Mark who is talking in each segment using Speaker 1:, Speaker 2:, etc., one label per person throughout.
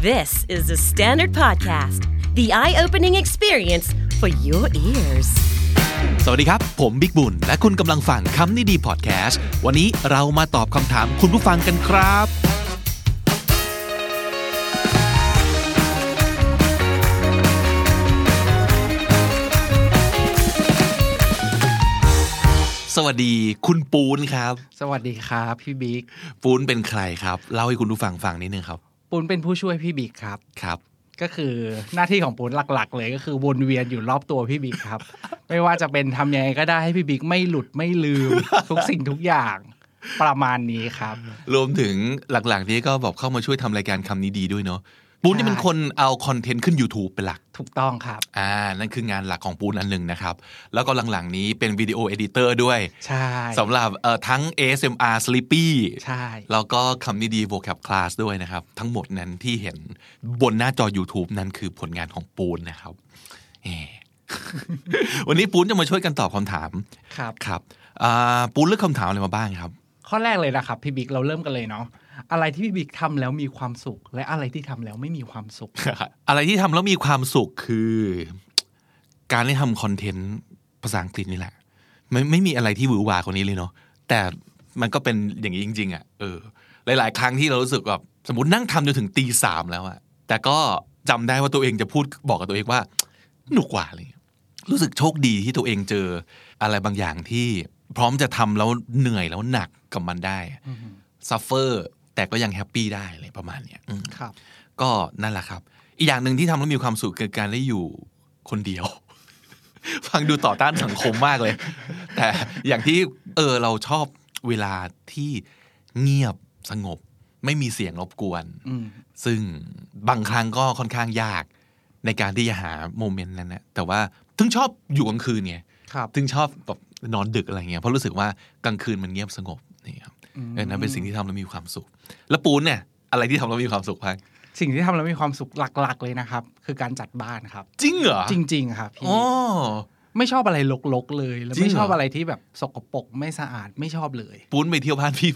Speaker 1: This is the Standard Podcast, the eye-opening experience for your ears.
Speaker 2: สวัสดีครับผมบิ๊กบุญและคุณกำลังฟังคำนี้ดีพอดแคสต์วันนี้เรามาตอบคำถามคุณผู้ฟังกันครับสวัสดีคุณปูนครับ
Speaker 3: สวัสดีครับพี่บิ๊ก
Speaker 2: ปูนเป็นใครครับเล่าให้คุณผู้ฟังฟังนิดนึงครับ
Speaker 3: ปูนเป็นผู้ช่วยพี่บิ๊กครับ
Speaker 2: ครับ
Speaker 3: ก็คือหน้าที่ของปูนหลักๆเลยก็คือวนเวียนอยู่รอบตัวพี่บิ๊กครับ ไม่ว่าจะเป็นทำยังไงก็ได้ให้พี่บิ๊กไม่หลุดไม่ลืม ทุกสิ่งทุกอย่างประมาณนี้ครับ
Speaker 2: รวมถึงหลักๆนี้ก็บอกเข้ามาช่วยทำรายการคำนี้ดีด้วยเนาะปูนนี่เป็นคนเอาคอนเทนต์ขึ้น YouTube เป็นหลัก
Speaker 3: ถูกต้องครับ
Speaker 2: นั่นคืองานหลักของปูนอันหนึ่งนะครับแล้วก็หลังๆนี้เป็นวิดีโอเอดิเตอร์ด้วย
Speaker 3: ใช่
Speaker 2: สำหรับทั้ง ASMR Sleepy
Speaker 3: ใช่
Speaker 2: แล้วก็คำนี้ดี Vocab Class ด้วยนะครับทั้งหมดนั้นที่เห็นบนหน้าจอ YouTube นั้นคือผลงานของปูนนะครับ วันนี้ปูนจะมาช่วยกันตอบคำถามครับปูนเลือกคำถามอะไรมาบ้างครับ
Speaker 3: ข้อแรกเลยนะครับพี่บิ๊กเราเริ่มกันเลยเนาะอะไรที่พี่บิ๊กทำแล้วมีความสุขและอะไรที่ทำแล้วไม่มีความสุข
Speaker 2: อะไรที่ทำแล้วมีความสุขคือการได้ทำคอนเทนต์ภาษาอังกฤษนี่แหละไม่มีอะไรที่หวือหวาคนนี้เลยเนาะแต่มันก็เป็นอย่างนี้จริงๆอ่ะหลายๆครั้งที่เรารู้สึกแบบสมมตินั่งทำจนถึงตี 3แล้วอะแต่ก็จำได้ว่าตัวเองจะพูดบอกกับตัวเองว่าหนุกกว่าอะไรรู้สึกโชคดีที่ตัวเองเจออะไรบางอย่างที่พร้อมจะทำแล้วเหนื่อยแล้วหนักกับมันได้ซัฟเฟอร์แต่ก็ยังแฮปปี้ได้อะไรประมาณเนี้ย
Speaker 3: ครับ
Speaker 2: ก็นั่นแหละครับอีกอย่างหนึ่งที่ทำแล้วมีความสุขคือการได้อยู่คนเดียว ฟังดูต่อต้านสังคมมากเลยแต่อย่างที่เราชอบเวลาที่เงียบสงบไม่มีเสียงรบกวนซึ่งบางครั้งก็ค่อนข้างยากในการที่จะหาโมเมนต์นั้นนะแต่ว่าถึงชอบอยู่กลางคืนไงถึงชอบแบบนอนดึกอะไรเงี้ยเพราะรู้สึกว่ากลางคืนมันเงียบสงบนี่ครับนั่นเป็นสิ่งที่ทำแล้วมีความสุขแล้วปูนเนี่ยอะไรที่ทำแล้วมีความสุขพัง
Speaker 3: สิ่งที่ทำแล้วมีความสุขหลักๆเลยนะครับคือการจัดบ้านครับ
Speaker 2: จริงเหรอ
Speaker 3: จริงๆครับพี่ไม่ชอบอะไรรกๆเลยแล้วไม่ชอบอะไรที่แบบสกปรกไม่สะอาดไม่ชอบเลย
Speaker 2: ปูนไปเที่ยวบ้านพี่ไป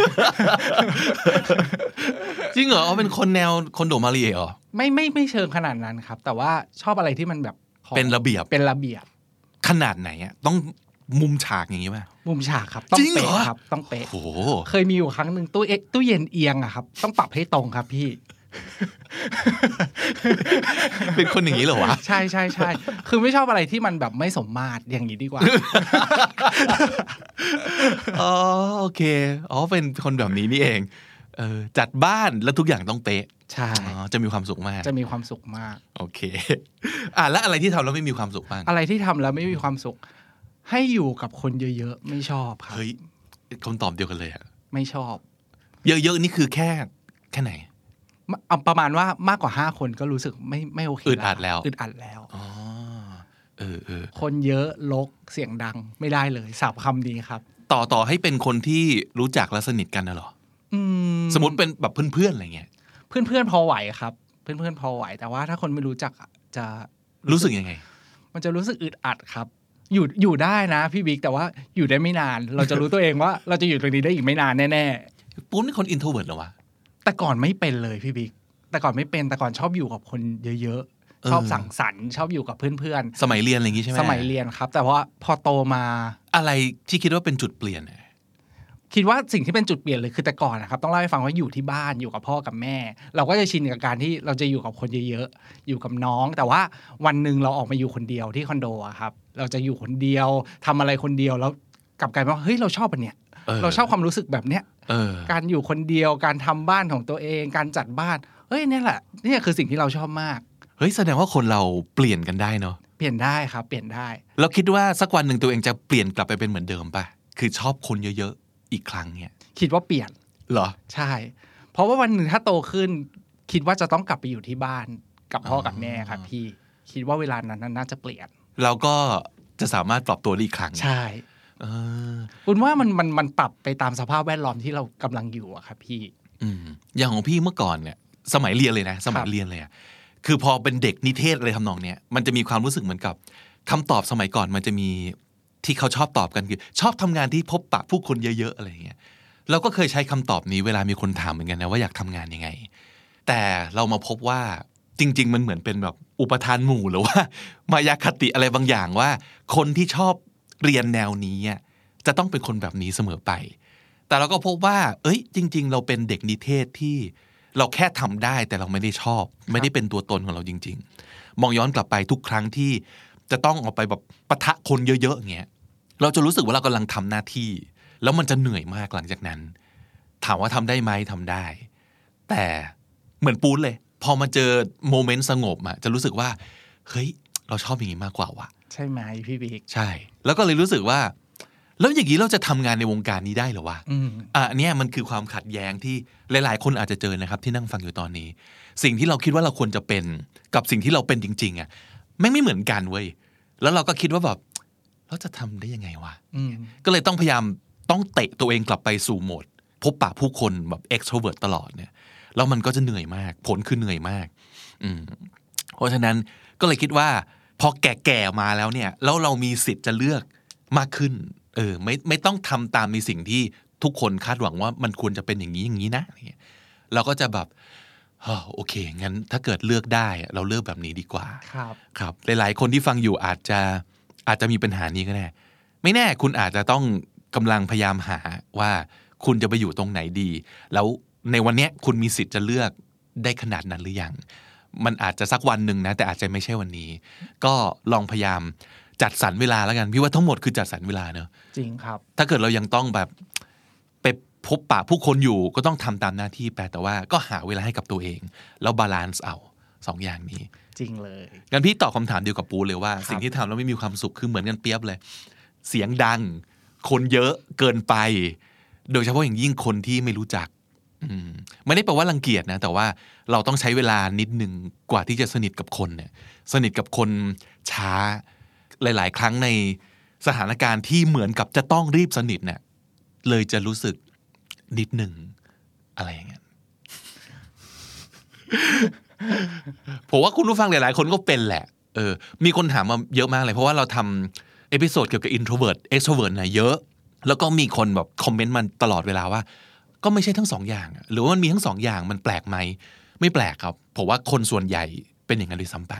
Speaker 2: จริงเหรอเป็นคนแนวคอนโดมาเรียเหรอ
Speaker 3: ไม่เชิงขนาดนั้นครับแต่ว่าชอบอะไรที่มันแบบ
Speaker 2: เป็นระเบียบขนาดไหนอ่ะต้องมุมฉากอย่างงี้ป่ะ
Speaker 3: มุมฉากครับต้องเป๊ะครับต้องเป๊ะ
Speaker 2: โอ้
Speaker 3: เคยมีอยู่ครั้งนึงตู้เย็นเอียงอะครับต้องปรับให้ตรงครับพี่
Speaker 2: เป็นคนอย่างนี้เหรอวะ
Speaker 3: ใช่ๆๆคือไม่ชอบอะไรที่มันแบบไม่สมมาตรอย่างนี้ดีกว่า
Speaker 2: อ๋อโอเคเป็นคนแบบนี้นี่เองจัดบ้านแล้วทุกอย่างต้องเป๊ะ
Speaker 3: ใช่
Speaker 2: จะมีความสุขมาก
Speaker 3: โ
Speaker 2: อเคแล้วอะไรที่ทำแล้วไม่มีความสุขบ้าง
Speaker 3: อะไรที่ทำแล้วไม่มีความสุขให้อยู่กับคนเยอะๆไม่ชอบครับ
Speaker 2: เฮ้ยคำตอบเดียวกันเลยอะ
Speaker 3: ไม่ชอบ
Speaker 2: เยอะๆนี่คือแค่ไหน
Speaker 3: ประมาณว่ามากกว่า5คนก็รู้สึกไม่โอเค
Speaker 2: อึดอัดแล้ว
Speaker 3: อ๋อคนเยอะรกเสียงดังไม่ได้เลยศัพท์คำนี้ครับ
Speaker 2: ต่อให้เป็นคนที่รู้จักและสนิทกันนะหรอสมมติเป็นแบบเพื่อนๆอะไรเงี้ย
Speaker 3: เพื่อนพอไหวครับเพื่อนพอไหวแต่ว่าถ้าคนไม่รู้จักจะ
Speaker 2: รู้สึกยังไง
Speaker 3: มันจะรู้สึกอึดอัดครับอยู่ได้นะพี่บิ๊กแต่ว่าอยู่ได้ไม่นานเราจะรู้ตัวเองว่าเราจะอยู่ตรงนี้ได้อีกไม่นานแน่
Speaker 2: ๆปุ๊บนี่คนอินโทรเวิร์ตเหรอวะ
Speaker 3: แต่ก่อนไม่เป็นเลยพี่บิ๊กแต่ก่อนชอบอยู่กับคนเยอะๆชอบสังสรรค์ชอบอยู่กับเพื่อน
Speaker 2: ๆสมัยเรียนอะไรอย่างงี้ใช่ไหม
Speaker 3: สมัยเรียนครับแต่ว่าพอโตมา
Speaker 2: อะไรที่คิดว่าเป็นจุดเปลี่ยน
Speaker 3: คิดว่าสิ่งที่เป็นจุดเปลี่ยนเลยคือแต่ก่อนนะครับต้องเล่าให้ฟังว่าอยู่ที่บ้านอยู่กับพ่อกับแม่เราก็จะชินกับการที่เราจะอยู่กับคนเยอะๆอยู่กับน้องแต่ว่าวันนึงเราออกมาอยู่คนเดียวที่คอนโดอะครับเราจะอยู่คนเดียวทำอะไรคนเดียวแล้วกลับกลายเป็นว่าเฮ้ยเราชอบอันเนี้ยเราชอบความรู้สึกแบบเนี้ยการอยู่คนเดียวการทำบ้านของตัวเองการจัดบ้านเฮ้ยนี่แหละนี่คือสิ่งที่เราชอบมาก
Speaker 2: เฮ้ยแสดงว่าคนเราเปลี่ยนกันได้เนาะ
Speaker 3: เปลี่ยนได้ครับเปลี่ยนได้
Speaker 2: แล้วคิดว่าสักวันนึงตัวเองจะเปลี่ยนกลับไปเป็นเหมือนเดิมป่ะคือชอบคนเยอะอีกครั้งเนี่ย
Speaker 3: คิดว่าเปลี่ยน
Speaker 2: เหรอ
Speaker 3: ใช่เพราะว่าวันหนึ่งถ้าโตขึ้นคิดว่าจะต้องกลับไปอยู่ที่บ้านกับพ่อกับแม่ครับพี่คิดว่าเวลานั้นน่าจะเปลี่ยน
Speaker 2: เราก็จะสามารถปรับตัวได้อีกครั้ง
Speaker 3: ใช่คุณว่ามันปรับไปตามสภาพแวดล้อมที่เรากำลังอยู่อะครับพี่
Speaker 2: อย่างของพี่เมื่อก่อนเนี่ยสมัยเรียนเลยนะสมัยเรียนเลยคือพอเป็นเด็กนิเทศอะไรทำนองเนี้ยมันจะมีความรู้สึกเหมือนกับคำตอบสมัยก่อนมันจะมีที่เขาชอบตอบกันคือชอบทำงานที่พบปะผู้คนเยอะๆอะไรอย่างเงี้ยเราก็เคยใช้คำตอบนี้เวลามีคนถามเหมือนกันนะว่าอยากทำงานยังไงแต่เรามาพบว่าจริงๆมันเหมือนเป็นแบบอุปทานหมู่หรือว่ามายาคติอะไรบางอย่างว่าคนที่ชอบเรียนแนวนี้จะต้องเป็นคนแบบนี้เสมอไปแต่เราก็พบว่าจริงๆเราเป็นเด็กนิเทศที่เราแค่ทำได้แต่เราไม่ได้ชอบไม่ได้เป็นตัวตนของเราจริงๆมองย้อนกลับไปทุกครั้งที่จะต้องออกไปแบบปะทะคนเยอะๆอย่างเงี้ยเราจะรู้สึกว่าเรากำลังทำหน้าที่แล้วมันจะเหนื่อยมากหลังจากนั้นถามว่าทำได้ไหมทำได้แต่เหมือนปูนเลยพอมาเจอโมเมนต์สงบจะรู้สึกว่าเฮ้ยเราชอบอย่างนี้มากกว่าว่ะ
Speaker 3: ใช่ไหมพี่บิ๊ก
Speaker 2: ใช่แล้วก็เลยรู้สึกว่าแล้วอย่างนี้เราจะทำงานในวงการนี้ได้หรอวะอันนี้มันคือความขัดแย้งที่หลายๆคนอาจจะเจอนะครับที่นั่งฟังอยู่ตอนนี้สิ่งที่เราคิดว่าเราควรจะเป็นกับสิ่งที่เราเป็นจริงๆไม่เหมือนกันเว้ยแล้วเราก็คิดว่าแบบเราจะทำได้ยังไงวะก็เลยต้องพยายามต้องเตะตัวเองกลับไปสู่โหมดพบปะผู้คนแบบ extrovert ตลอดเนี่ยแล้วมันก็จะเหนื่อยมากผลคือเหนื่อยมากเพราะฉะนั้นก็เลยคิดว่าพอแก่ๆมาแล้วเนี่ยแล้วเรามีสิทธิ์จะเลือกมากขึ้นไม่ต้องทำตามในสิ่งที่ทุกคนคาดหวังว่ามันควรจะเป็นอย่างนี้อย่างนี้นะเราก็จะแบบโอเคงั้นถ้าเกิดเลือกได้เราเลือกแบบนี้ดีกว่าครับหลายๆคนที่ฟังอยู่อาจจะมีปัญหานี้ก็แน่ไม่แน่คุณอาจจะต้องกำลังพยายามหาว่าคุณจะไปอยู่ตรงไหนดีแล้วในวันนี้คุณมีสิทธิ์จะเลือกได้ขนาดนั้นหรือยังมันอาจจะสักวันหนึ่งนะแต่อาจจะไม่ใช่วันนี้ก็ลองพยายามจัดสรรเวลาแล้วกันพี่ว่าทั้งหมดคือจัดสรรเวลาเนอะ
Speaker 3: จริงครับ
Speaker 2: ถ้าเกิดเรายังต้องแบบไปพบปะผู้คนอยู่ก็ต้องทำตามหน้าที่ไปแต่ว่าก็หาเวลาให้กับตัวเองแล้วบาลานซ์เอา2 อย่างนี้
Speaker 3: จริงเลย
Speaker 2: งั้นพี่ตอบคำถามเดียวกับปูเลยว่าสิ่งที่ทำแล้วไม่มีความสุขคือเหมือนกันเปียบเลยเสียงดังคนเยอะเกินไปโดยเฉพาะอย่างยิ่งคนที่ไม่รู้จักไม่ได้แปลว่ารังเกียจนะแต่ว่าเราต้องใช้เวลานิดนึงกว่าที่จะสนิทกับคนเนี่ยสนิทกับคนช้าหลายๆครั้งในสถานการณ์ที่เหมือนกับจะต้องรีบสนิทเนี่ยเลยจะรู้สึกนิดนึงอะไรอย่างเงี้ย ผมว่าคุณผู้ฟังหลายๆคนก็เป็นแหละมีคนถามมาเยอะมากเลยเพราะว่าเราทำเอพิโซดเกี่ยวกับ introvert extrovert เนี่ยเยอะแล้วก็มีคนแบบคอมเมนต์มันตลอดเวลาว่าก็ไม่ใช่ทั้ง2 อย่างหรือว่ามันมีทั้ง2 อย่างมันแปลกไหมไม่แปลกครับผมว่าคนส่วนใหญ่เป็นอย่างนั้นด้วยซ้ำไป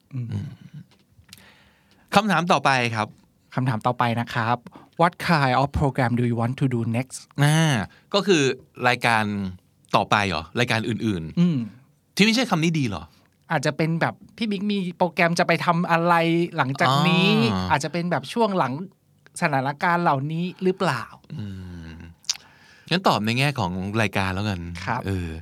Speaker 2: คำถามต่อไปครับ
Speaker 3: คำถามต่อไปนะครับ What kind of program do you want to do next
Speaker 2: ก็คือรายการต่อไปเหรอรายการอื่นๆที่ไม่ใช่คำนี้ดีเหรอ
Speaker 3: อาจจะเป็นแบบพี่บิ๊กมีโปรแกรมจะไปทำอะไรหลังจากนี้อาจจะเป็นแบบช่วงหลังสถานการณ์เหล่านี้หรือเปล่า
Speaker 2: งั้นตอบในแง่ของรายการแล้วกัน
Speaker 3: ครับ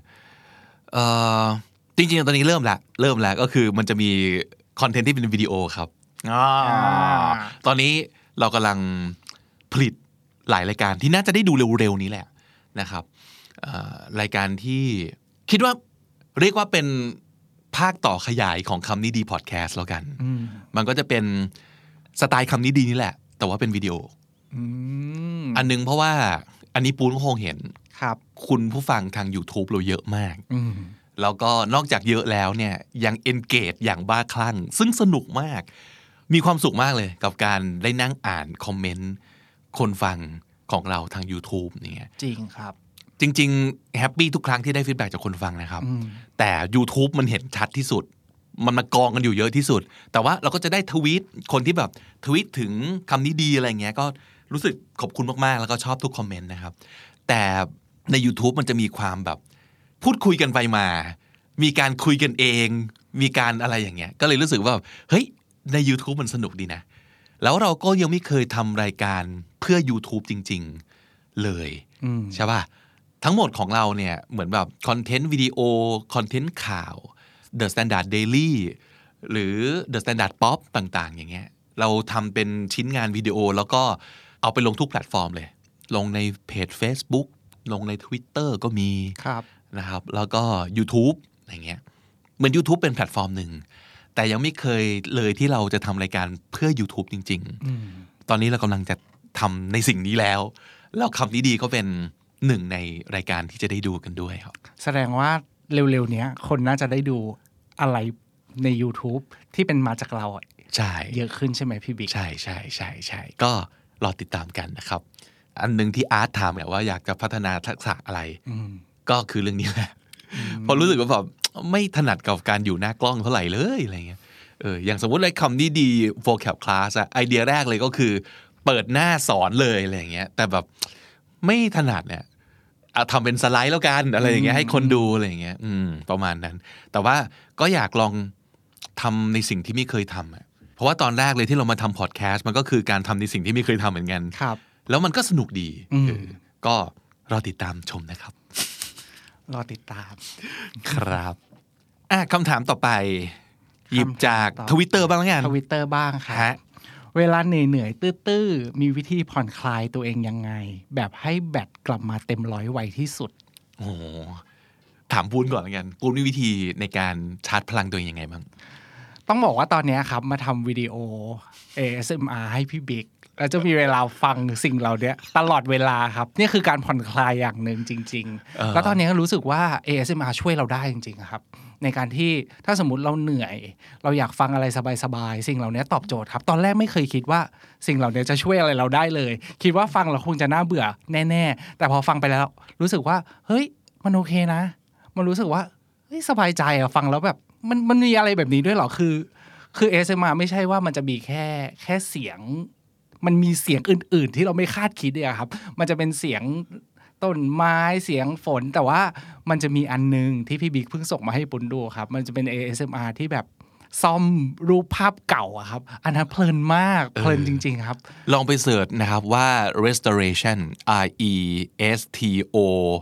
Speaker 2: จริงๆตอนนี้เริ่มแล้วก็คือมันจะมีคอนเทนต์ที่เป็นวิดีโอครับตอนนี้เรากำลังผลิตหลายรายการที่น่าจะได้ดูเร็วๆนี้แหละนะครับรายการที่คิดว่าเรียกว่าเป็นภาคต่อขยายของคำนี้ดีพอดแคสต์แล้วกันมันก็จะเป็นสไตล์คำนี้ดีนี่แหละแต่ว่าเป็นวิดีโออันนึงเพราะว่าอันนี้ปูนก็คงเห็น
Speaker 3: ครับ
Speaker 2: คุณผู้ฟังทาง YouTube เราเยอะมากแล้วก็นอกจากเยอะแล้วเนี่ยยัง engage อย่างบ้าคลั่งซึ่งสนุกมากมีความสุขมากเลยกับการได้นั่งอ่านคอมเมนต์คนฟังของเราทาง YouTube เนี่ย
Speaker 3: จริงครับ
Speaker 2: จริงๆแฮปปี้ทุกครั้งที่ได้ฟีดแบ็กจากคนฟังนะครับแต่ YouTube มันเห็นชัดที่สุดมันมากองกันอยู่เยอะที่สุดแต่ว่าเราก็จะได้ทวีตคนที่แบบทวีตถึงคำนี้ดีอะไรเงี้ยก็รู้สึกขอบคุณมากๆแล้วก็ชอบทุกคอมเมนต์นะครับแต่ใน YouTube มันจะมีความแบบพูดคุยกันไปมามีการคุยกันเองมีการอะไรอย่างเงี้ยก็เลยรู้สึกว่าเฮ้ยใน YouTube มันสนุกดีนะแล้วเราก็ยังไม่เคยทำรายการเพื่อ YouTube จริงๆเลยใช่ป่ะทั้งหมดของเราเนี่ยเหมือนแบบคอนเทนต์วิดีโอคอนเทนต์ข่าว The Standard Daily หรือ The Standard Pop ต่างๆอย่างเงี้ยเราทำเป็นชิ้นงานวิดีโอแล้วก็เอาไปลงทุกแพลตฟอร์มเลยลงในเพจ Facebook ลงใน Twitter ก็มีนะครับแล้วก็ YouTube อย่างเงี้ยเหมือน YouTube เป็นแพลตฟอร์มหนึ่งแต่ยังไม่เคยเลยที่เราจะทำรายการเพื่อ YouTube จริงๆตอนนี้เรากำลังจะทำในสิ่งนี้แล้วคำนี้ดีก็เป็นหนึ่งในรายการที่จะได้ดูกันด้วยครับ
Speaker 3: แสดงว่าเร็วๆนี้คนน่าจะได้ดูอะไรใน YouTube ที่เป็นมาจากเรา
Speaker 2: ใช่
Speaker 3: เยอะขึ้นใช่ไหมพี่บิ๊ก
Speaker 2: ใช่ก็รอติดตามกันนะครับอันนึงที่อาร์ตถามแบบว่าอยากจะพัฒนาทักษะอะไรก็คือเรื่องนี้แหละเพราะรู้สึกว่าแบบไม่ถนัดกับการอยู่หน้ากล้องเท่าไหร่เลยอะไรเงี้ยอย่างสมมติเลยคำนี้ดี vocab class อะไอเดียแรกเลยก็คือเปิดหน้าสอนเลยอะไรเงี้ยแต่แบบไม่ถนัดเนี่ยทำเป็นสไลด์แล้วกันอะไรอย่างเงี้ยให้คนดูอะไรอย่างเงี้ยประมาณนั้นแต่ว่าก็อยากลองทำในสิ่งที่ไม่เคยทำอะเพราะว่าตอนแรกเลยที่เรามาทำพอดแคสต์มันก็คือการทำในสิ่งที่ไม่เคยทำเหมือนกัน
Speaker 3: ครับ
Speaker 2: แล้วมันก็สนุกดีก็รอติดตามชมนะครับ
Speaker 3: รอติดตาม
Speaker 2: ครับคำถามต่อไปหยิบจาก Twitter บ้างแล้วกัน
Speaker 3: Twitter บ้างครับเวลาเหนื่อยตื้อๆมีวิธีผ่อนคลายตัวเองยังไงแบบให้แบตกลับมาเต็มร้อยไวที่สุด
Speaker 2: โอ้ถามปูนก่อนแล้วกันปูนมีวิธีในการชาร์จพลังตัวเองยังไงบ้าง
Speaker 3: ต้องบอกว่าตอนนี้ครับมาทำวิดีโอ ASMR ให้พี่บิ๊กแล้วจะมีเวลาฟังสิ่งเหล่านี้ตลอดเวลาครับนี่คือการผ่อนคลายอย่างหนึ่งจริงๆแล้วตอนนี้ก็รู้สึกว่า ASMR ช่วยเราได้จริงๆครับในการที่ถ้าสมมุติเราเหนื่อยเราอยากฟังอะไรสบายๆสิ่งเหล่านี้ตอบโจทย์ครับตอนแรกไม่เคยคิดว่าสิ่งเหล่านี้จะช่วยอะไรเราได้เลยคิดว่าฟังเราคงจะน่าเบื่อแน่ๆแต่พอฟังไปแล้วรู้สึกว่าเฮ้ยมันโอเคนะมันรู้สึกว่าเฮ้ยสบายใจอะฟังแล้วแบบมันมีอะไรแบบนี้ด้วยเหรอคือ ASMR ไม่ใช่ว่ามันจะมีแค่เสียงมันมีเสียงอื่นๆที่เราไม่คาดคิดเลยครับมันจะเป็นเสียงต้นไม้เสียงฝนแต่ว่ามันจะมีอันนึงที่พี่บิ๊กเพิ่งส่งมาให้ปุณดูครับมันจะเป็น ASMR ที่แบบซ่อมรูปภาพเก่าอะครับอันนั้นเพลินมากเพลินจริงๆครับ
Speaker 2: ลองไปเสิร์ชนะครับว่า restoration R E S T O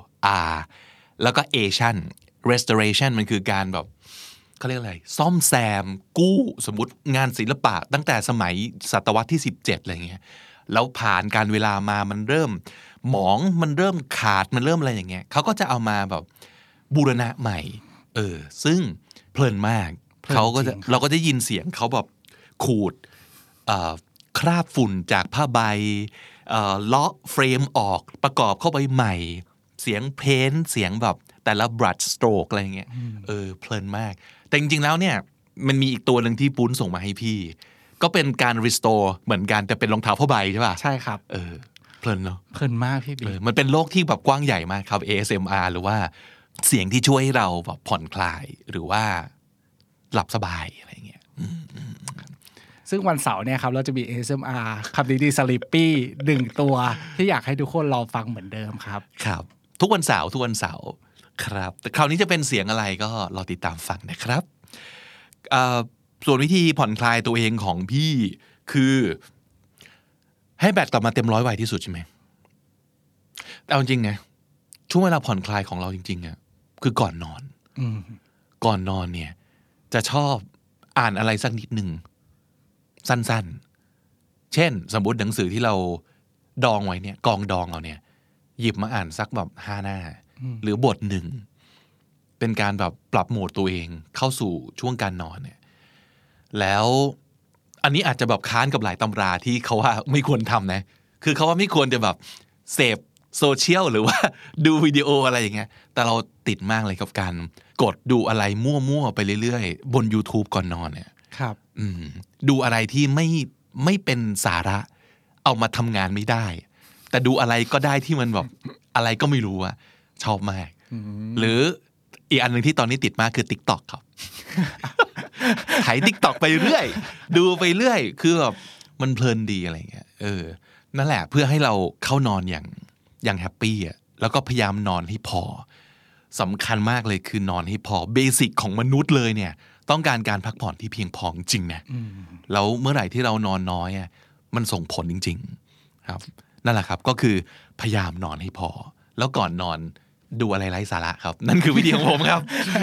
Speaker 2: R แล้วก็ Asian restoration มันคือการแบบเขาเรียกอะไรซ่อมแซมกู้สมมติงานศิลปะตั้งแต่สมัยศตวรรษที่17อะไรเงี้ยแล้วผ่านการเวลามามันเริ่มหมองมันเริ่มขาดมันเริ่มอะไรอย่างเงี้ยเขาก็จะเอามาแบบบูรณะใหม่ซึ่งเพลินมากเขาก็จะเราก็จะยินเสียงเขาแบบขูดคราบฝุ่นจากผ้าใบเลาะเฟรมออกประกอบเข้าไปใหม่เสียงเพ้นเสียงแบบแต่ละ brush stroke อะไรเงี้ยเพลินมากแต่จริงๆแล้วเนี่ยมันมีอีกตัวหนึ่งที่ปุ้นส่งมาให้พี่ก็เป็นการ restore เหมือนกันแต่เป็นรองเท้าผ้าใบใช่ป่ะ
Speaker 3: ใช่ครับ
Speaker 2: เพลินเนาะ
Speaker 3: เพลินมากพี่บิ๊ก
Speaker 2: มันเป็นโลกที่แบบกว้างใหญ่มากครับ ASMR หรือว่าเสียงที่ช่วยให้เราแบบผ่อนคลายหรือว่าหลับสบายอะไรเงี้ย
Speaker 3: ซึ่งวันเสาร์เนี่ยครับเราจะมี ASMR คำดีๆ Sleepy 1 ตัวที่อยากให้ทุกคนรอฟังเหมือนเดิมครับ
Speaker 2: ครับทุกวันเสาร์ครับแต่คราวนี้จะเป็นเสียงอะไรก็รอติดตามฟังนะครับส่วนวิธีผ่อนคลายตัวเองของพี่คือให้แบตกลับมาเต็มร้อยไวที่สุดใช่ไหมแต่เอาจริงไงช่วงเวลาผ่อนคลายของเราจริงๆอ่ะคือก่อนนอนเนี่ยจะชอบอ่านอะไรสักนิดหนึ่งสั้นๆเช่นสมมติหนังสือที่เราดองไว้เนี่ยกองดองเราเนี่ยหยิบมาอ่านสักแบบ5 หน้าหรือบทหนึ่งเป็นการแบบปรับโหมดตัวเองเข้าสู่ช่วงการนอนเนี่ยแล้วอันนี้อาจจะแบบค้านกับหลายตำราที่เขาว่าไม่ควรทำนะคือเขาว่าไม่ควรจะแบบเสพโซเชียลหรือว่าดูวิดีโออะไรอย่างเงี้ยแต่เราติดมากเลยกับการกดดูอะไรมั่วๆไปเรื่อยๆบน YouTube ก่อนนอนเนี่ย
Speaker 3: ครับ
Speaker 2: ดูอะไรที่ไม่เป็นสาระเอามาทำงานไม่ได้แต่ดูอะไรก็ได้ที่มันแบบอะไรก็ไม่รู้อะชอบมากหรืออีกอันนึงที่ตอนนี้ติดมากคือ TikTok ครับไถ TikTok ไปเรื่อยดูไปเรื่อยคือแบบมันเพลินดีอะไรเงี้ยนั่นแหละเพื่อให้เราเข้านอนอย่างแฮปปี้อ่ะแล้วก็พยายามนอนให้พอสำคัญมากเลยคือนอนให้พอเบสิกของมนุษย์เลยเนี่ยต้องการการพักผ่อนที่เพียงพอจริงนะแล้วเมื่อไหร่ที่เรานอนน้อยอ่ะมันส่งผลจริงๆครับนั่นแหละครับก็คือพยายามนอนให้พอแล้วก่อนนอนดูอะไรไร้สาระครับนั่นคือวิธีของผมครับ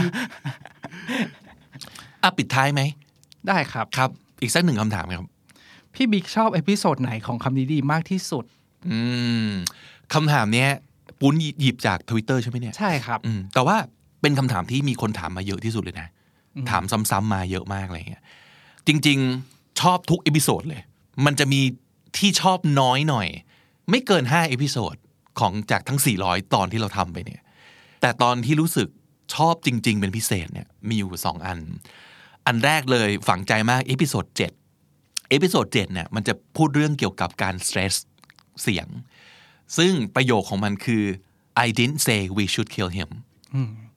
Speaker 2: ปิดท้ายไหม
Speaker 3: ได้ครับ
Speaker 2: ครับอีกสัก1 คำถามครับ
Speaker 3: พี่บิ๊กชอบเอพิโซดไหนของคำนี้ดีมากที่สุด
Speaker 2: คำถามเนี้ยปุ้นหยิบจาก Twitter ใช่ไหมเนี่ย
Speaker 3: ใช่ครับ
Speaker 2: แต่ว่าเป็นคำถามที่มีคนถามมาเยอะที่สุดเลยนะถามซ้ำๆมาเยอะมากอะไรเงี้ยจริงๆชอบทุกเอพิโซดเลยมันจะมีที่ชอบน้อยหน่อยไม่เกิน5 เอพิโซดของจากทั้ง400ตอนที่เราทำไปเนี่ยแต่ตอนที่รู้สึกชอบจริงๆเป็นพิเศษเนี่ยมีอยู่2 อันแรกเลยฝังใจมากเอพิโซด7เนี่ยมันจะพูดเรื่องเกี่ยวกับการสเตรสเสียงซึ่งประโยคของมันคือ I didn't say we should kill him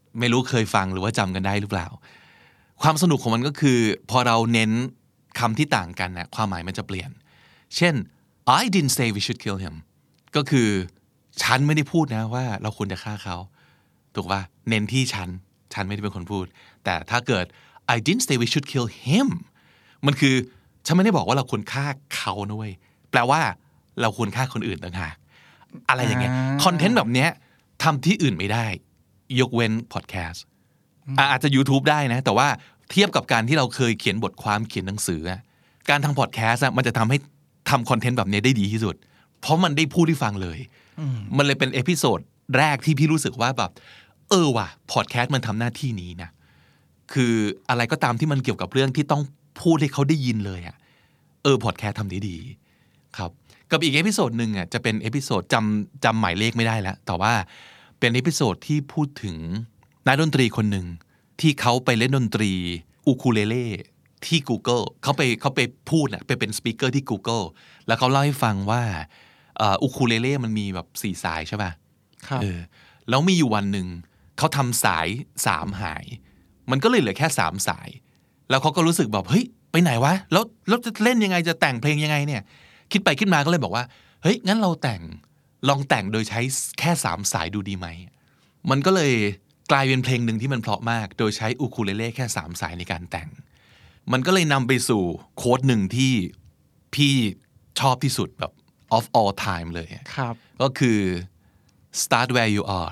Speaker 2: ไม่รู้เคยฟังหรือว่าจำกันได้หรือเปล่าความสนุกของมันก็คือพอเราเน้นคำที่ต่างกันนะความหมายมันจะเปลี่ยนเช่น I didn't say we should kill him ก็คือฉันไม่ได้พูดนะว่าเราควรจะฆ่าเขาถูกป่ะเน้นที่ฉันไม่ได้เป็นคนพูดแต่ถ้าเกิด I didn't say we should kill him มันคือฉันไม่ได้บอกว่าเราควรฆ่าเขานะเว้ยแปลว่าเราควรฆ่าคนอื่นต่างหากอะไรอย่างเงี้ยคอนเทนต์แบบเนี้ยทำที่อื่นไม่ได้ยกเว้นพอดแคสต์อาจจะ YouTube ได้นะแต่ว่าเทียบกับการที่เราเคยเขียนบทความเขียนหนังสือการทำพอดแคสต์มันจะทำให้ทำคอนเทนต์แบบนี้ได้ดีที่สุดเพราะมันได้พูดให้ฟังเลยมันเลยเป็นเอพิโซดแรกที่พี่รู้สึกว่าแบบว่ะพอดแคสต์มันทำหน้าที่นี้นะคืออะไรก็ตามที่มันเกี่ยวกับเรื่องที่ต้องพูดให้เขาได้ยินเลยพอดแคสต์ทำได้ดีครับกับอีกเอพิโซดนึงจะเป็นเอพิโซดจำหมายเลขไม่ได้แล้วแต่ว่าเป็นเอพิโซดที่พูดถึงนักดนตรีคนหนึ่งที่เขาไปเล่นดนตรีอูคูเลเล่ที่ Google เขาไปพูดไปเป็นสปีกเกอร์ที่ Google แล้วเขาเล่าให้ฟังว่าอูคูเลเล่มันมีแบบ4สายใช่ป่ะครับแล้วมีอยู่วันหนึ่งเขาทำสาย3หายมันก็เลยเหลือแค่3สายแล้วเขาก็รู้สึกแบบเฮ้ยไปไหนวะแล้วจะเล่นยังไงจะแต่งเพลงยังไงเนี่ยคิดไปคิดมาก็เลยบอกว่าเฮ้ยงั้นเราลองแต่งโดยใช้แค่3สายดูดีไหมมันก็เลยกลายเป็นเพลงหนึ่งที่มันเพราะมากโดยใช้อูคูเลเล่แค่3สายในการแต่งมันก็เลยนำไปสู่โค้ดหนึ่งที่พี่ชอบที่สุดแบบ of all time เลยครับก็คือ start where you are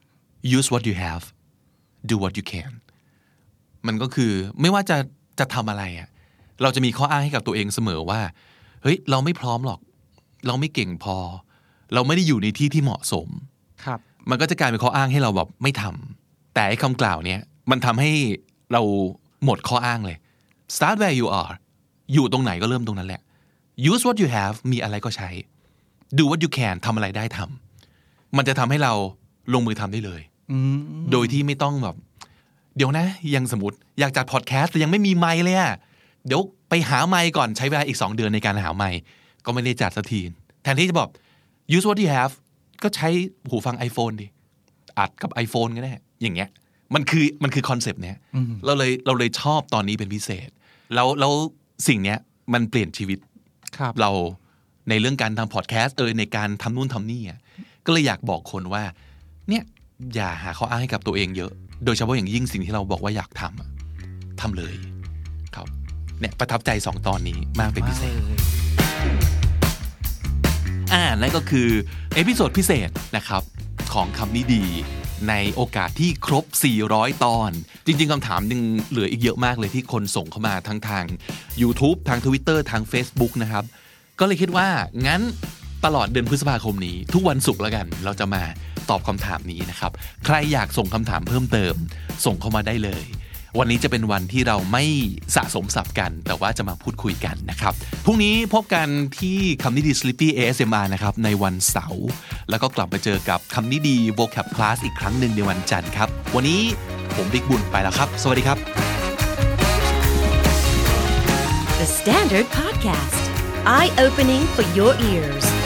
Speaker 2: use what you have do what you can มันก็คือไม่ว่าจะทำอะไรเราจะมีข้ออ้างให้กับตัวเองเสมอว่าเฮ้ยเราไม่พร้อมหรอกเราไม่เก่งพอเราไม่ได้อยู่ในที่ที่เหมาะสมครับมันก็จะกลายเป็นข้ออ้างให้เราแบบไม่ทำแต่ไอ้คำกล่าวเนี้ยมันทำให้เราหมดข้ออ้างเลย start where you are อยู่ตรงไหนก็เริ่มตรงนั้นแหละ use what you have มีอะไรก็ใช้ do what you can ทำอะไรได้ทำมันจะทำให้เราลงมือทำได้เลยโดยที่ไม่ต้องแบบเดี๋ยวนะยังสมมติอยากจัดพอดแคสต์แต่ยังไม่มีไมค์เลยเดี๋ยวไปหาไมค์ก่อนใช้เวลาอีก2 เดือนในการหาไมค์ก็ไม่ได้จัดสักทีแทนที่จะบอก use what you have ก็ใช้หูฟัง iPhone ดิอัดกับ iPhone ก็ได้อย่างเงี้ยมันคือคอนเซปต์เนี้ยเราเลยชอบตอนนี้เป็นพิเศษแล้วสิ่งเนี้ยมันเปลี่ยนชีวิตเราในเรื่องการทำพอดแคสต์ในการทำนู่นทำนี่ก็เลยอยากบอกคนว่าเนี่ยอย่าหาข้ออ้างให้กับตัวเองเยอะโดยเฉพาะอย่างยิ่งสิ่งที่เราบอกว่าอยากทำเลยครับเนี่ยประทับใจ2ตอนนี้มากเป็นพิเศษนั่นก็คือเอพิโซดพิเศษนะครับของคำนี้ดีในโอกาสที่ครบ400ตอนจริงๆคำถามยังเหลืออีกเยอะมากเลยที่คนส่งเข้ามาทั้งทาง YouTube ทาง Twitter ทาง Facebook นะครับก็เลยคิดว่างั้นตลอดเดือนพฤษภาคมนี้ทุกวันศุกร์แล้วกันเราจะมาตอบคำถามนี้นะครับใครอยากส่งคำถามเพิ่มเติมส่งเข้ามาได้เลยวันนี้จะเป็นวันที่เราไม่สะสมศัพท์กันแต่ว่าจะมาพูดคุยกันนะครับพรุ่งนี้พบกันที่คำนี้ดี Sleepy ASMR นะครับในวันเสาร์แล้วก็กลับมาเจอกับคำนี้ดี Vocab Class อีกครั้งหนึ่งในวันจันทร์ครับวันนี้ผมบิ๊กบุญไปแล้วครับสวัสดีครับ
Speaker 1: The Standard Podcast Eye Opening for Your Ears